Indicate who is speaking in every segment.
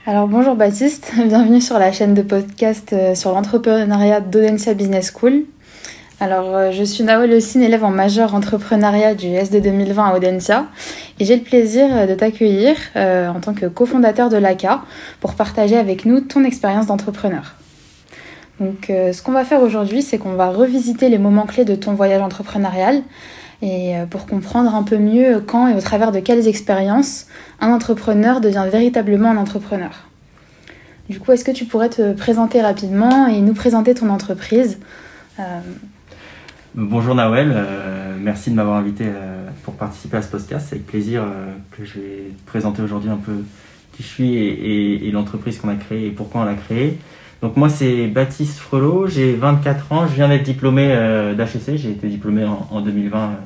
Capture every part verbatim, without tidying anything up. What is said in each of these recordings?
Speaker 1: Alors bonjour Baptiste, bienvenue sur la chaîne de podcast euh, sur l'entrepreneuriat d'Audencia Business School. Alors euh, je suis Nawel Ossine, élève en majeure entrepreneuriat du S D deux mille vingt à Audencia et j'ai le plaisir euh, de t'accueillir euh, en tant que cofondateur de l'A C A pour partager avec nous ton expérience d'entrepreneur. Donc euh, ce qu'on va faire aujourd'hui, c'est qu'on va revisiter les moments clés de ton voyage entrepreneurial et euh, pour comprendre un peu mieux quand et au travers de quelles expériences un entrepreneur devient véritablement un entrepreneur. Du coup, est-ce que tu pourrais te présenter rapidement et nous présenter ton entreprise ? euh...
Speaker 2: Bonjour Nawel, euh, merci de m'avoir invité euh, pour participer à ce podcast. C'est avec plaisir euh, que je vais te présenter aujourd'hui un peu qui je suis et, et, et l'entreprise qu'on a créée et pourquoi on l'a créée. Donc moi c'est Baptiste Frelot, j'ai vingt-quatre ans, je viens d'être diplômé euh, d'H E C, j'ai été diplômé en, en deux mille vingt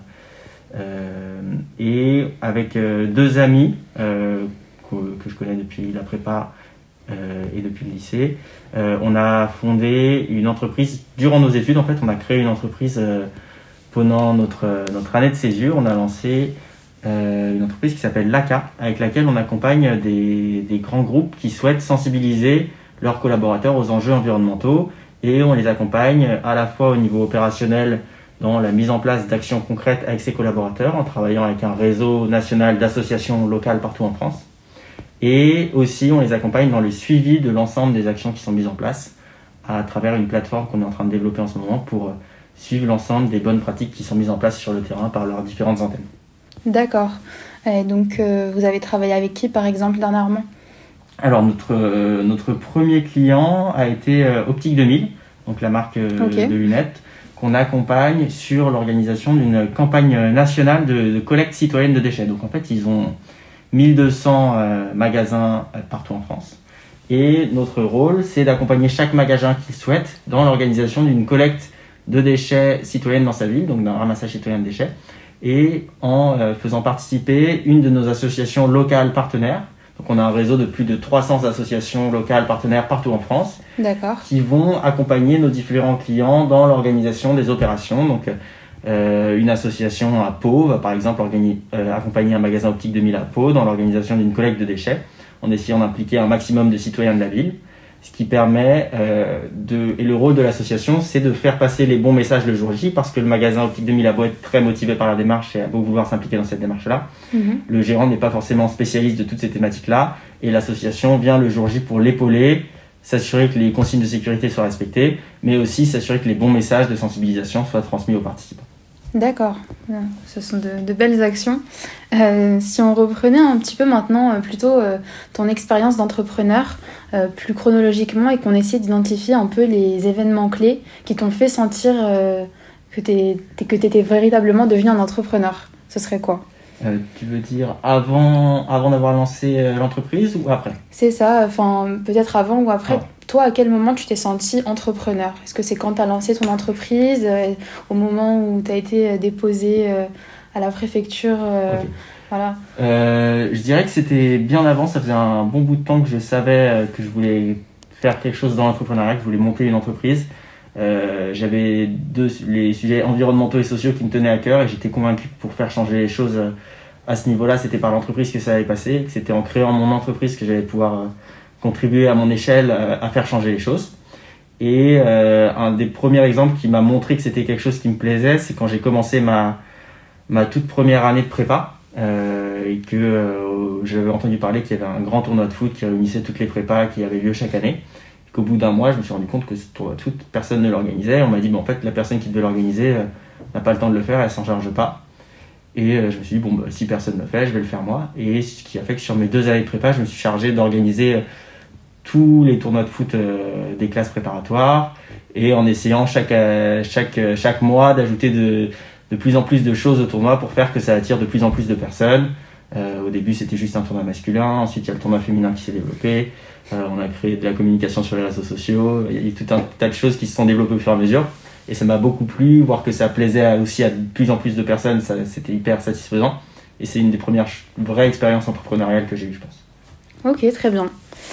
Speaker 2: euh, et avec euh, deux amis euh, que, que je connais depuis la prépa euh, et depuis le lycée, euh, on a fondé une entreprise durant nos études. En fait on a créé une entreprise euh, pendant notre, notre année de césure. On a lancé euh, une entreprise qui s'appelle l'A C A, avec laquelle on accompagne des, des grands groupes qui souhaitent sensibiliser leurs collaborateurs aux enjeux environnementaux et on les accompagne à la fois au niveau opérationnel dans la mise en place d'actions concrètes avec ces collaborateurs en travaillant avec un réseau national d'associations locales partout en France et aussi on les accompagne dans le suivi de l'ensemble des actions qui sont mises en place à travers une plateforme qu'on est en train de développer en ce moment pour suivre l'ensemble des bonnes pratiques qui sont mises en place sur le terrain par leurs différentes antennes.
Speaker 1: D'accord. Et donc euh, vous avez travaillé avec qui par exemple dernièrement ?
Speaker 2: Alors notre, euh, notre premier client a été euh, Optique deux mille, donc la marque euh, okay. de lunettes, qu'on accompagne sur l'organisation d'une campagne nationale de, de collecte citoyenne de déchets. Donc en fait ils ont mille deux cents euh, magasins euh, partout en France. Et notre rôle c'est d'accompagner chaque magasin qu'il souhaite dans l'organisation d'une collecte de déchets citoyennes dans sa ville, donc d'un ramassage citoyen de déchets, et en euh, faisant participer une de nos associations locales partenaires. Donc on a un réseau de plus de trois cents associations locales partenaires partout en France.
Speaker 1: D'accord.
Speaker 2: Qui vont accompagner nos différents clients dans l'organisation des opérations. Donc euh, une association à Pau va par exemple organi- euh, accompagner un magasin Optique deux mille à Pau dans l'organisation d'une collecte de déchets en essayant d'impliquer un maximum de citoyens de la ville. Ce qui permet, euh, de, et le rôle de l'association, c'est de faire passer les bons messages le jour J, parce que le magasin Optique deux mille a beau être très motivé par la démarche et a beau vouloir s'impliquer dans cette démarche-là, mmh. le gérant n'est pas forcément spécialiste de toutes ces thématiques-là, et l'association vient le jour J pour l'épauler, s'assurer que les consignes de sécurité soient respectées, mais aussi s'assurer que les bons messages de sensibilisation soient transmis aux participants.
Speaker 1: D'accord, ce sont de, de belles actions. Euh, si on reprenait un petit peu maintenant euh, plutôt euh, ton expérience d'entrepreneur euh, plus chronologiquement et qu'on essayait d'identifier un peu les événements clés qui t'ont fait sentir euh, que t'es, que tu étais véritablement devenu un entrepreneur, ce serait quoi ?
Speaker 2: Euh, tu veux dire avant, avant d'avoir lancé euh, l'entreprise ou après ?
Speaker 1: C'est ça, enfin peut-être avant ou après.
Speaker 2: Ah.
Speaker 1: Toi, à quel moment tu t'es senti entrepreneur ? Est-ce que c'est quand tu as lancé ton entreprise, euh, au moment où tu as été déposé euh, à la préfecture euh,
Speaker 2: okay.
Speaker 1: Voilà.
Speaker 2: Euh, je dirais que c'était bien avant, ça faisait un bon bout de temps que je savais euh, que je voulais faire quelque chose dans l'entrepreneuriat, que je voulais monter une entreprise. Euh, j'avais deux, les sujets environnementaux et sociaux qui me tenaient à cœur et j'étais convaincu que pour faire changer les choses euh, à ce niveau-là, c'était par l'entreprise que ça allait passer, que c'était en créant mon entreprise que j'allais pouvoir euh, contribuer à mon échelle euh, à faire changer les choses. Et euh, un des premiers exemples qui m'a montré que c'était quelque chose qui me plaisait, c'est quand j'ai commencé ma, ma toute première année de prépa euh, et que euh, j'avais entendu parler qu'il y avait un grand tournoi de foot qui réunissait toutes les prépas qui avait lieu chaque année. Qu'au bout d'un mois, je me suis rendu compte que ce tournoi de foot, personne ne l'organisait. On m'a dit, bon, en fait, la personne qui devait l'organiser euh, n'a pas le temps de le faire, elle s'en charge pas. Et euh, je me suis dit, bon, bah, si personne ne le fait, je vais le faire moi. Et ce qui a fait que sur mes deux années de prépa, je me suis chargé d'organiser euh, tous les tournois de foot euh, des classes préparatoires et en essayant chaque, euh, chaque, euh, chaque mois d'ajouter de, de plus en plus de choses au tournoi pour faire que ça attire de plus en plus de personnes. Euh, au début, c'était juste un tournoi masculin. Ensuite, il y a le tournoi féminin qui s'est développé. Euh, on a créé de la communication sur les réseaux sociaux. Il y a eu tout un tas de choses qui se sont développées au fur et à mesure. Et ça m'a beaucoup plu, voir que ça plaisait à, aussi à de plus en plus de personnes. Ça, c'était hyper satisfaisant. Et c'est une des premières vraies expériences entrepreneuriales que j'ai eues, je pense.
Speaker 1: Ok, très bien.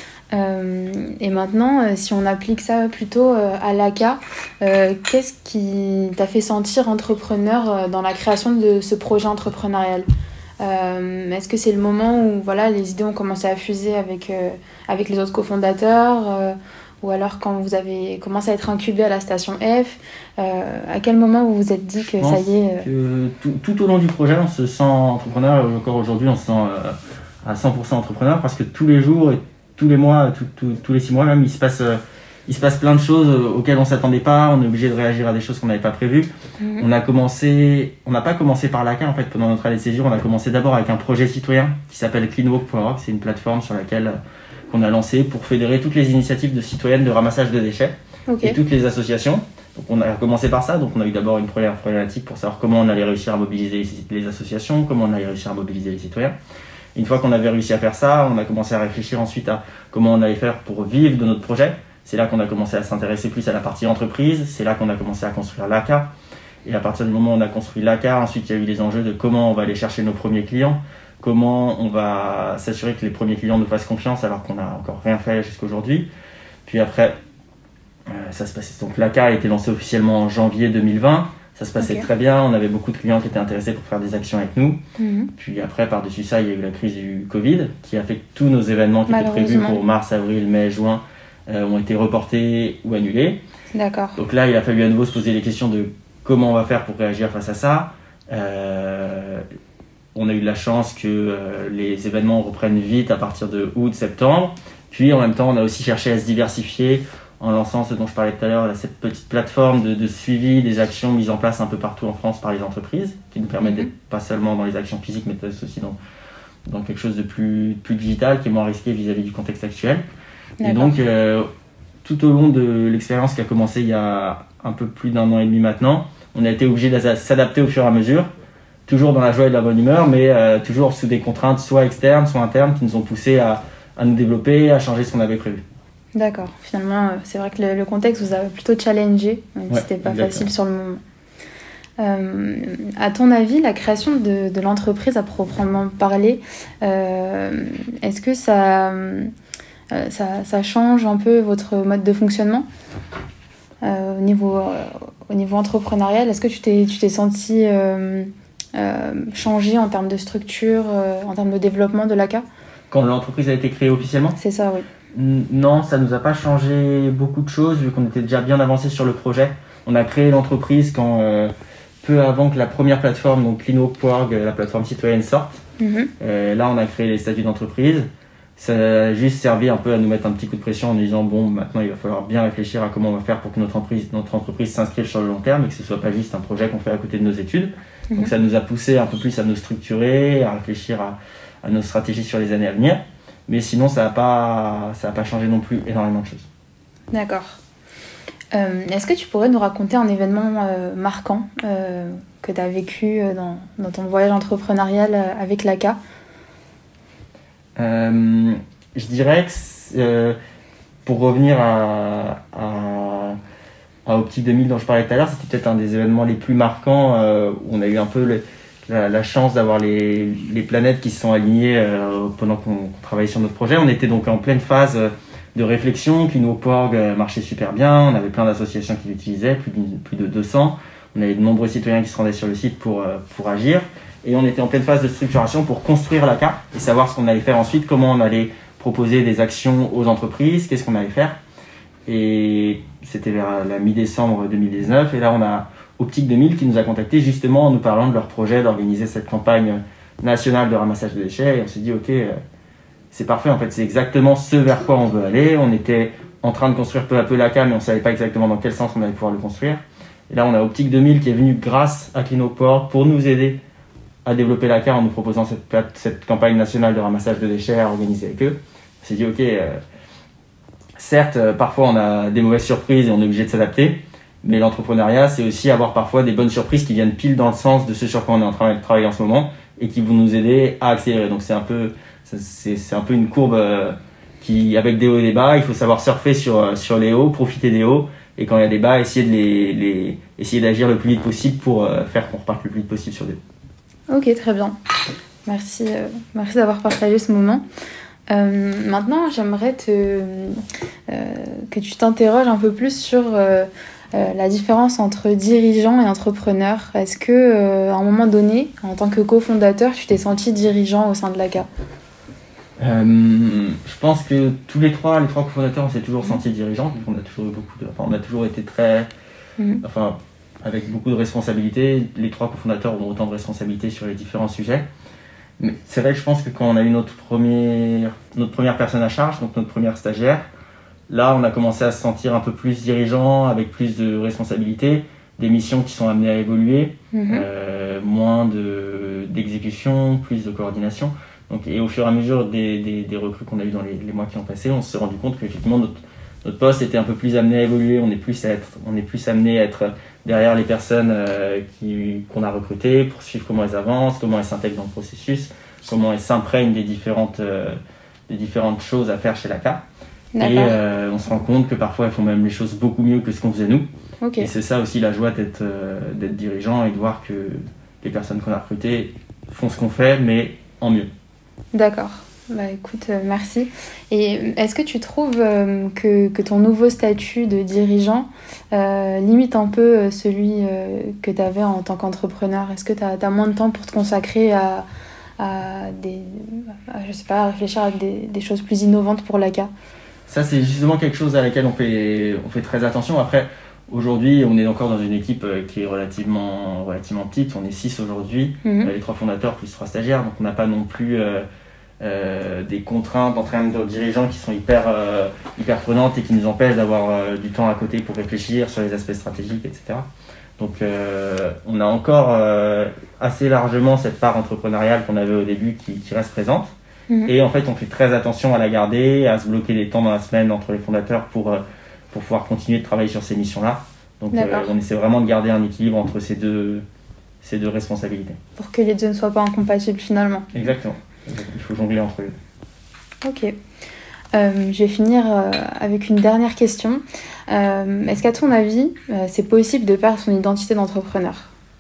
Speaker 1: Euh, et maintenant, euh, si on applique ça plutôt euh, à l'A C A, euh, qu'est-ce qui t'a fait sentir entrepreneur euh, dans la création de ce projet entrepreneurial ? Euh, est-ce que c'est le moment où voilà, les idées ont commencé à fuser avec, euh, avec les autres cofondateurs euh, ou alors quand vous avez commencé à être incubé à la station F, euh, à quel moment vous vous êtes dit que
Speaker 2: Je
Speaker 1: ça
Speaker 2: pense
Speaker 1: y est euh...
Speaker 2: que tout, tout au long du projet, on se sent entrepreneur. Encore aujourd'hui, on se sent euh, à cent pour cent entrepreneur parce que tous les jours et tous les mois, tout, tout, tous les six mois même, il se passe, euh, il se passe plein de choses auxquelles on ne s'attendait pas. On est obligé de réagir à des choses qu'on n'avait pas prévues. Mmh. On a commencé, on n'a pas commencé par l'A C A en fait pendant notre année de césure. On a commencé d'abord avec un projet citoyen qui s'appelle cleanwalk point org. C'est une plateforme sur laquelle qu'on a lancé pour fédérer toutes les initiatives de citoyennes de ramassage de déchets okay. et toutes les associations. Donc on a commencé par ça. Donc on a eu d'abord une première problématique pour savoir comment on allait réussir à mobiliser les associations, comment on allait réussir à mobiliser les citoyens. Une fois qu'on avait réussi à faire ça, on a commencé à réfléchir ensuite à comment on allait faire pour vivre de notre projet. C'est là qu'on a commencé à s'intéresser plus à la partie entreprise. C'est là qu'on a commencé à construire l'A C A. Et à partir du moment où on a construit l'A C A, ensuite il y a eu les enjeux de comment on va aller chercher nos premiers clients, comment on va s'assurer que les premiers clients nous fassent confiance alors qu'on n'a encore rien fait jusqu'aujourd'hui. Puis après, euh, ça se passait. Donc l'A C A a été lancée officiellement en janvier deux mille vingt. Ça se passait okay. très bien. On avait beaucoup de clients qui étaient intéressés pour faire des actions avec nous. Mmh. Puis après, par-dessus ça, il y a eu la crise du Covid qui a fait que tous nos événements qui étaient prévus pour mars, avril, mai, juin euh, ont été reportés ou annulés.
Speaker 1: D'accord.
Speaker 2: Donc là, il a fallu à nouveau se poser les questions de comment on va faire pour réagir face à ça. Euh, on a eu de la chance que euh, les événements reprennent vite à partir de août, septembre. Puis en même temps, on a aussi cherché à se diversifier en lançant ce dont je parlais tout à l'heure, cette petite plateforme de, de suivi des actions mises en place un peu partout en France par les entreprises, qui nous permettent d'être pas seulement dans les actions physiques, mais aussi dans, dans quelque chose de plus, plus digital, qui est moins risqué vis-à-vis du contexte actuel. D'accord. Et donc, euh, tout au long de l'expérience qui a commencé il y a un peu plus d'un an et demi maintenant, on a été obligé de s'adapter au fur et à mesure, toujours dans la joie et de la bonne humeur, mais euh, toujours sous des contraintes soit externes, soit internes, qui nous ont poussé à, à nous développer, à changer ce qu'on avait prévu.
Speaker 1: D'accord. Finalement, c'est vrai que le, le contexte vous a plutôt challengé, même si ouais, c'était pas exactement. Facile sur le moment. Euh, à ton avis, la création de, de l'entreprise à proprement parler, euh, est-ce que ça, euh, ça, ça change un peu votre mode de fonctionnement euh, au niveau, euh, au niveau entrepreneurial? Est-ce que tu t'es, tu t'es senti euh, euh, changé en termes de structure, euh, en termes de développement de l'A C A?
Speaker 2: Quand l'entreprise a été créée officiellement?
Speaker 1: C'est ça, oui.
Speaker 2: Non, ça ne nous a pas changé beaucoup de choses vu qu'on était déjà bien avancé sur le projet. On a créé l'entreprise quand euh, peu avant que la première plateforme, donc cleanwalk point org, la plateforme citoyenne, sorte. Mm-hmm. Euh, là, on a créé les statuts d'entreprise. Ça a juste servi un peu à nous mettre un petit coup de pression en nous disant bon, maintenant il va falloir bien réfléchir à comment on va faire pour que notre entreprise, notre entreprise s'inscrive sur le long terme et que ce soit pas juste un projet qu'on fait à côté de nos études. Mm-hmm. Donc ça nous a poussé un peu plus à nous structurer, à réfléchir à, à nos stratégies sur les années à venir. Mais sinon, ça n'a pas, ça n'a pas changé non plus énormément de choses.
Speaker 1: D'accord. Euh, est-ce que tu pourrais nous raconter un événement euh, marquant euh, que tu as vécu dans, dans ton voyage entrepreneurial avec l'A C A?
Speaker 2: euh, Je dirais que, euh, pour revenir à, à, à Optique deux mille dont je parlais tout à l'heure, c'était peut-être un des événements les plus marquants euh, où on a eu un peu le, la, la chance d'avoir les, les planètes qui se sont alignées euh, pendant qu'on, qu'on travaillait sur notre projet. On était donc en pleine phase de réflexion. cleanwalk point org marchait super bien. On avait plein d'associations qui l'utilisaient, plus de, plus de deux cents. On avait de nombreux citoyens qui se rendaient sur le site pour, pour agir. Et on était en pleine phase de structuration pour construire l'A C A et savoir ce qu'on allait faire ensuite, comment on allait proposer des actions aux entreprises, qu'est-ce qu'on allait faire. Et c'était vers la mi-décembre deux mille dix-neuf. Et là, on a Optique deux mille qui nous a contactés justement en nous parlant de leur projet d'organiser cette campagne nationale de ramassage de déchets. Et on s'est dit, ok, c'est parfait, en fait, c'est exactement ce vers quoi on veut aller. On était en train de construire peu à peu l'A C A, mais on ne savait pas exactement dans quel sens on allait pouvoir le construire. Et là, on a Optique deux mille qui est venu grâce à cleanwalk point org pour nous aider à développer l'A C A en nous proposant cette, cette campagne nationale de ramassage de déchets à organiser avec eux. On s'est dit, ok, euh, certes, euh, parfois on a des mauvaises surprises et on est obligé de s'adapter, mais l'entrepreneuriat, c'est aussi avoir parfois des bonnes surprises qui viennent pile dans le sens de ce sur quoi on est en train de travailler en ce moment et qui vont nous aider à accélérer. Donc c'est un peu, c'est, c'est un peu une courbe euh, qui, avec des hauts et des bas, il faut savoir surfer sur, sur les hauts, profiter des hauts, et quand il y a des bas, essayer, de les, les, essayer d'agir le plus vite possible pour euh, faire qu'on reparte le plus vite possible sur des hauts.
Speaker 1: Ok, très bien. Merci, euh, merci d'avoir partagé ce moment. Euh, maintenant, j'aimerais te, euh, que tu t'interroges un peu plus sur euh, euh, la différence entre dirigeant et entrepreneur. Est-ce que, euh, à un moment donné, en tant que cofondateur, tu t'es senti dirigeant au sein de l'A C A ?
Speaker 2: Euh, je pense que tous les trois, les trois cofondateurs, on s'est toujours senti dirigeants. On a toujours eu beaucoup de, enfin, on a toujours été très, mmh. enfin, avec beaucoup de responsabilités. Les trois cofondateurs ont autant de responsabilités sur les différents sujets. Mais c'est vrai que je pense que quand on a eu notre première, notre première personne à charge, donc notre première stagiaire, là, on a commencé à se sentir un peu plus dirigeant, avec plus de responsabilités, des missions qui sont amenées à évoluer, mmh. euh, moins de, d'exécution, plus de coordination. Donc, et au fur et à mesure des, des, des recrues qu'on a eues dans les, les mois qui ont passé, on s'est rendu compte qu'effectivement notre, notre poste était un peu plus amené à évoluer, on est plus, à être, on est plus amené à être derrière les personnes euh, qui, qu'on a recrutées pour suivre comment elles avancent, comment elles s'intègrent dans le processus, comment elles s'imprègnent des différentes, euh, des différentes choses à faire chez l'A C A. D'accord. Et euh, on se rend compte que parfois elles font même les choses beaucoup mieux que ce qu'on faisait nous. Okay. Et c'est ça aussi la joie d'être, euh, d'être dirigeant et de voir que les personnes qu'on a recrutées font ce qu'on fait, mais en mieux.
Speaker 1: D'accord. Bah écoute, euh, merci. Et est-ce que tu trouves euh, que, que ton nouveau statut de dirigeant euh, limite un peu celui euh, que tu avais en tant qu'entrepreneur ? Est-ce que tu as moins de temps pour te consacrer à, à des, à, je sais pas, à réfléchir à des, des choses plus innovantes pour l'A C A ?
Speaker 2: Ça, c'est justement quelque chose à laquelle on fait, on fait très attention. Après, aujourd'hui, on est encore dans une équipe qui est relativement, relativement petite. On est six aujourd'hui, mmh. les trois fondateurs plus trois stagiaires. Donc, on n'a pas non plus euh, euh, des contraintes d'entraînement de dirigeants qui sont hyper, euh, hyper prenantes et qui nous empêchent d'avoir euh, du temps à côté pour réfléchir sur les aspects stratégiques, et cetera. Donc, euh, on a encore euh, assez largement cette part entrepreneuriale qu'on avait au début qui, qui reste présente. Mmh. Et en fait, on fait très attention à la garder, à se bloquer des temps dans la semaine entre les fondateurs pour... Euh, pour pouvoir continuer de travailler sur ces missions-là. Donc euh, on essaie vraiment de garder un équilibre entre ces deux, ces deux responsabilités.
Speaker 1: Pour que les deux ne soient pas incompatibles finalement.
Speaker 2: Exactement. Il faut jongler entre eux.
Speaker 1: Ok. Euh, je vais finir euh, avec une dernière question. Euh, est-ce qu'à ton avis, euh, c'est possible de perdre son identité d'entrepreneur ?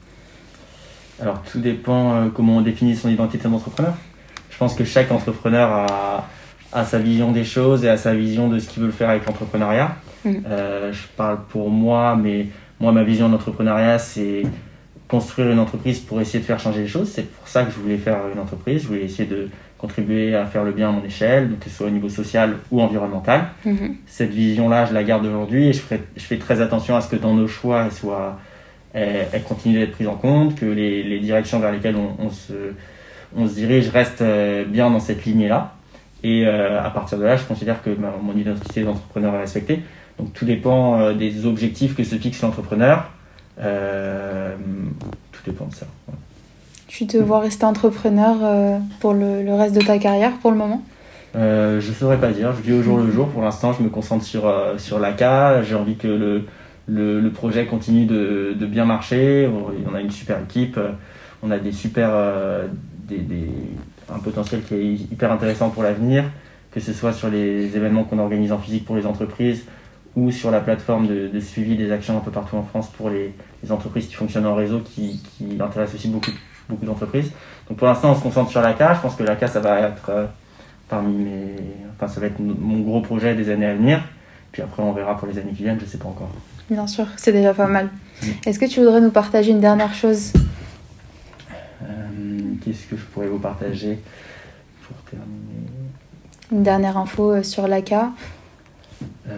Speaker 2: Alors tout dépend euh, comment on définit son identité d'entrepreneur. Je pense que chaque entrepreneur a, a sa vision des choses et a sa vision de ce qu'il veut faire avec l'entrepreneuriat. Mmh. Euh, je parle pour moi, mais moi, ma vision d'entrepreneuriat, c'est construire une entreprise pour essayer de faire changer les choses. C'est pour ça que je voulais faire une entreprise. Je voulais essayer de contribuer à faire le bien à mon échelle, donc que ce soit au niveau social ou environnemental. Mmh. Cette vision-là, je la garde aujourd'hui et je, ferai, je fais très attention à ce que dans nos choix, elle, soit, elle, elle continue d'être prise en compte, que les, les directions vers lesquelles on, on, se, on se dirige restent bien dans cette lignée-là. Et euh, à partir de là, je considère que ma, mon identité d'entrepreneur est respectée. Donc tout dépend euh, des objectifs que se fixe l'entrepreneur. Euh, tout dépend de ça. Ouais.
Speaker 1: Tu te vois rester entrepreneur euh, pour le, le reste de ta carrière pour le moment ?
Speaker 2: euh, Je ne saurais pas dire. Je vis au jour le jour. Pour l'instant, je me concentre sur, euh, sur l'A C A. J'ai envie que le, le, le projet continue de, de bien marcher. On a une super équipe. On a des super, euh, des, des, un potentiel qui est hyper intéressant pour l'avenir, que ce soit sur les événements qu'on organise en physique pour les entreprises ou sur la plateforme de, de suivi des actions un peu partout en France pour les, les entreprises qui fonctionnent en réseau, qui, qui intéressent aussi beaucoup, beaucoup d'entreprises. Donc pour l'instant, on se concentre sur l'A C A. Je pense que l'A C A, ça va être euh, parmi mes, enfin, ça va être mon gros projet des années à venir. Puis après, on verra pour les années qui viennent, je ne sais pas encore.
Speaker 1: Bien sûr, c'est déjà pas mal. Mmh. Est-ce que tu voudrais nous partager une dernière chose ?
Speaker 2: euh, Qu'est-ce que je pourrais vous partager pour terminer ?
Speaker 1: Une dernière info sur l'A C A.
Speaker 2: Euh,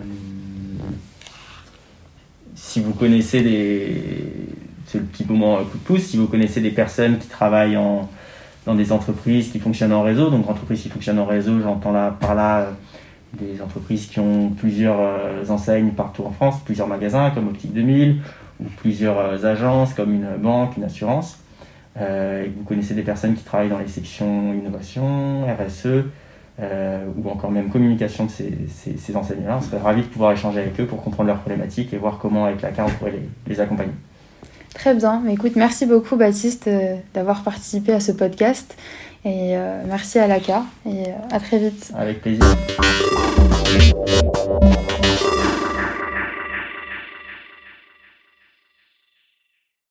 Speaker 2: si vous connaissez des... C'est le petit moment coup de pouce. Si vous connaissez des personnes qui travaillent en, dans des entreprises qui fonctionnent en réseau, donc entreprises qui fonctionnent en réseau, j'entends là, par là euh, des entreprises qui ont plusieurs euh, enseignes partout en France, plusieurs magasins comme Optique deux mille, ou plusieurs euh, agences comme une banque, une assurance. Euh, et vous connaissez des personnes qui travaillent dans les sections innovation, R S E, euh, ou encore même communication de ces, ces, ces enseignes-là. On serait ravis de pouvoir échanger avec eux pour comprendre leurs problématiques et voir comment avec l'A C A on pourrait les, les accompagner.
Speaker 1: Très bien. Mais écoute, merci beaucoup Baptiste euh, d'avoir participé à ce podcast et euh, merci à l'A C A et euh, à très vite.
Speaker 2: Avec plaisir.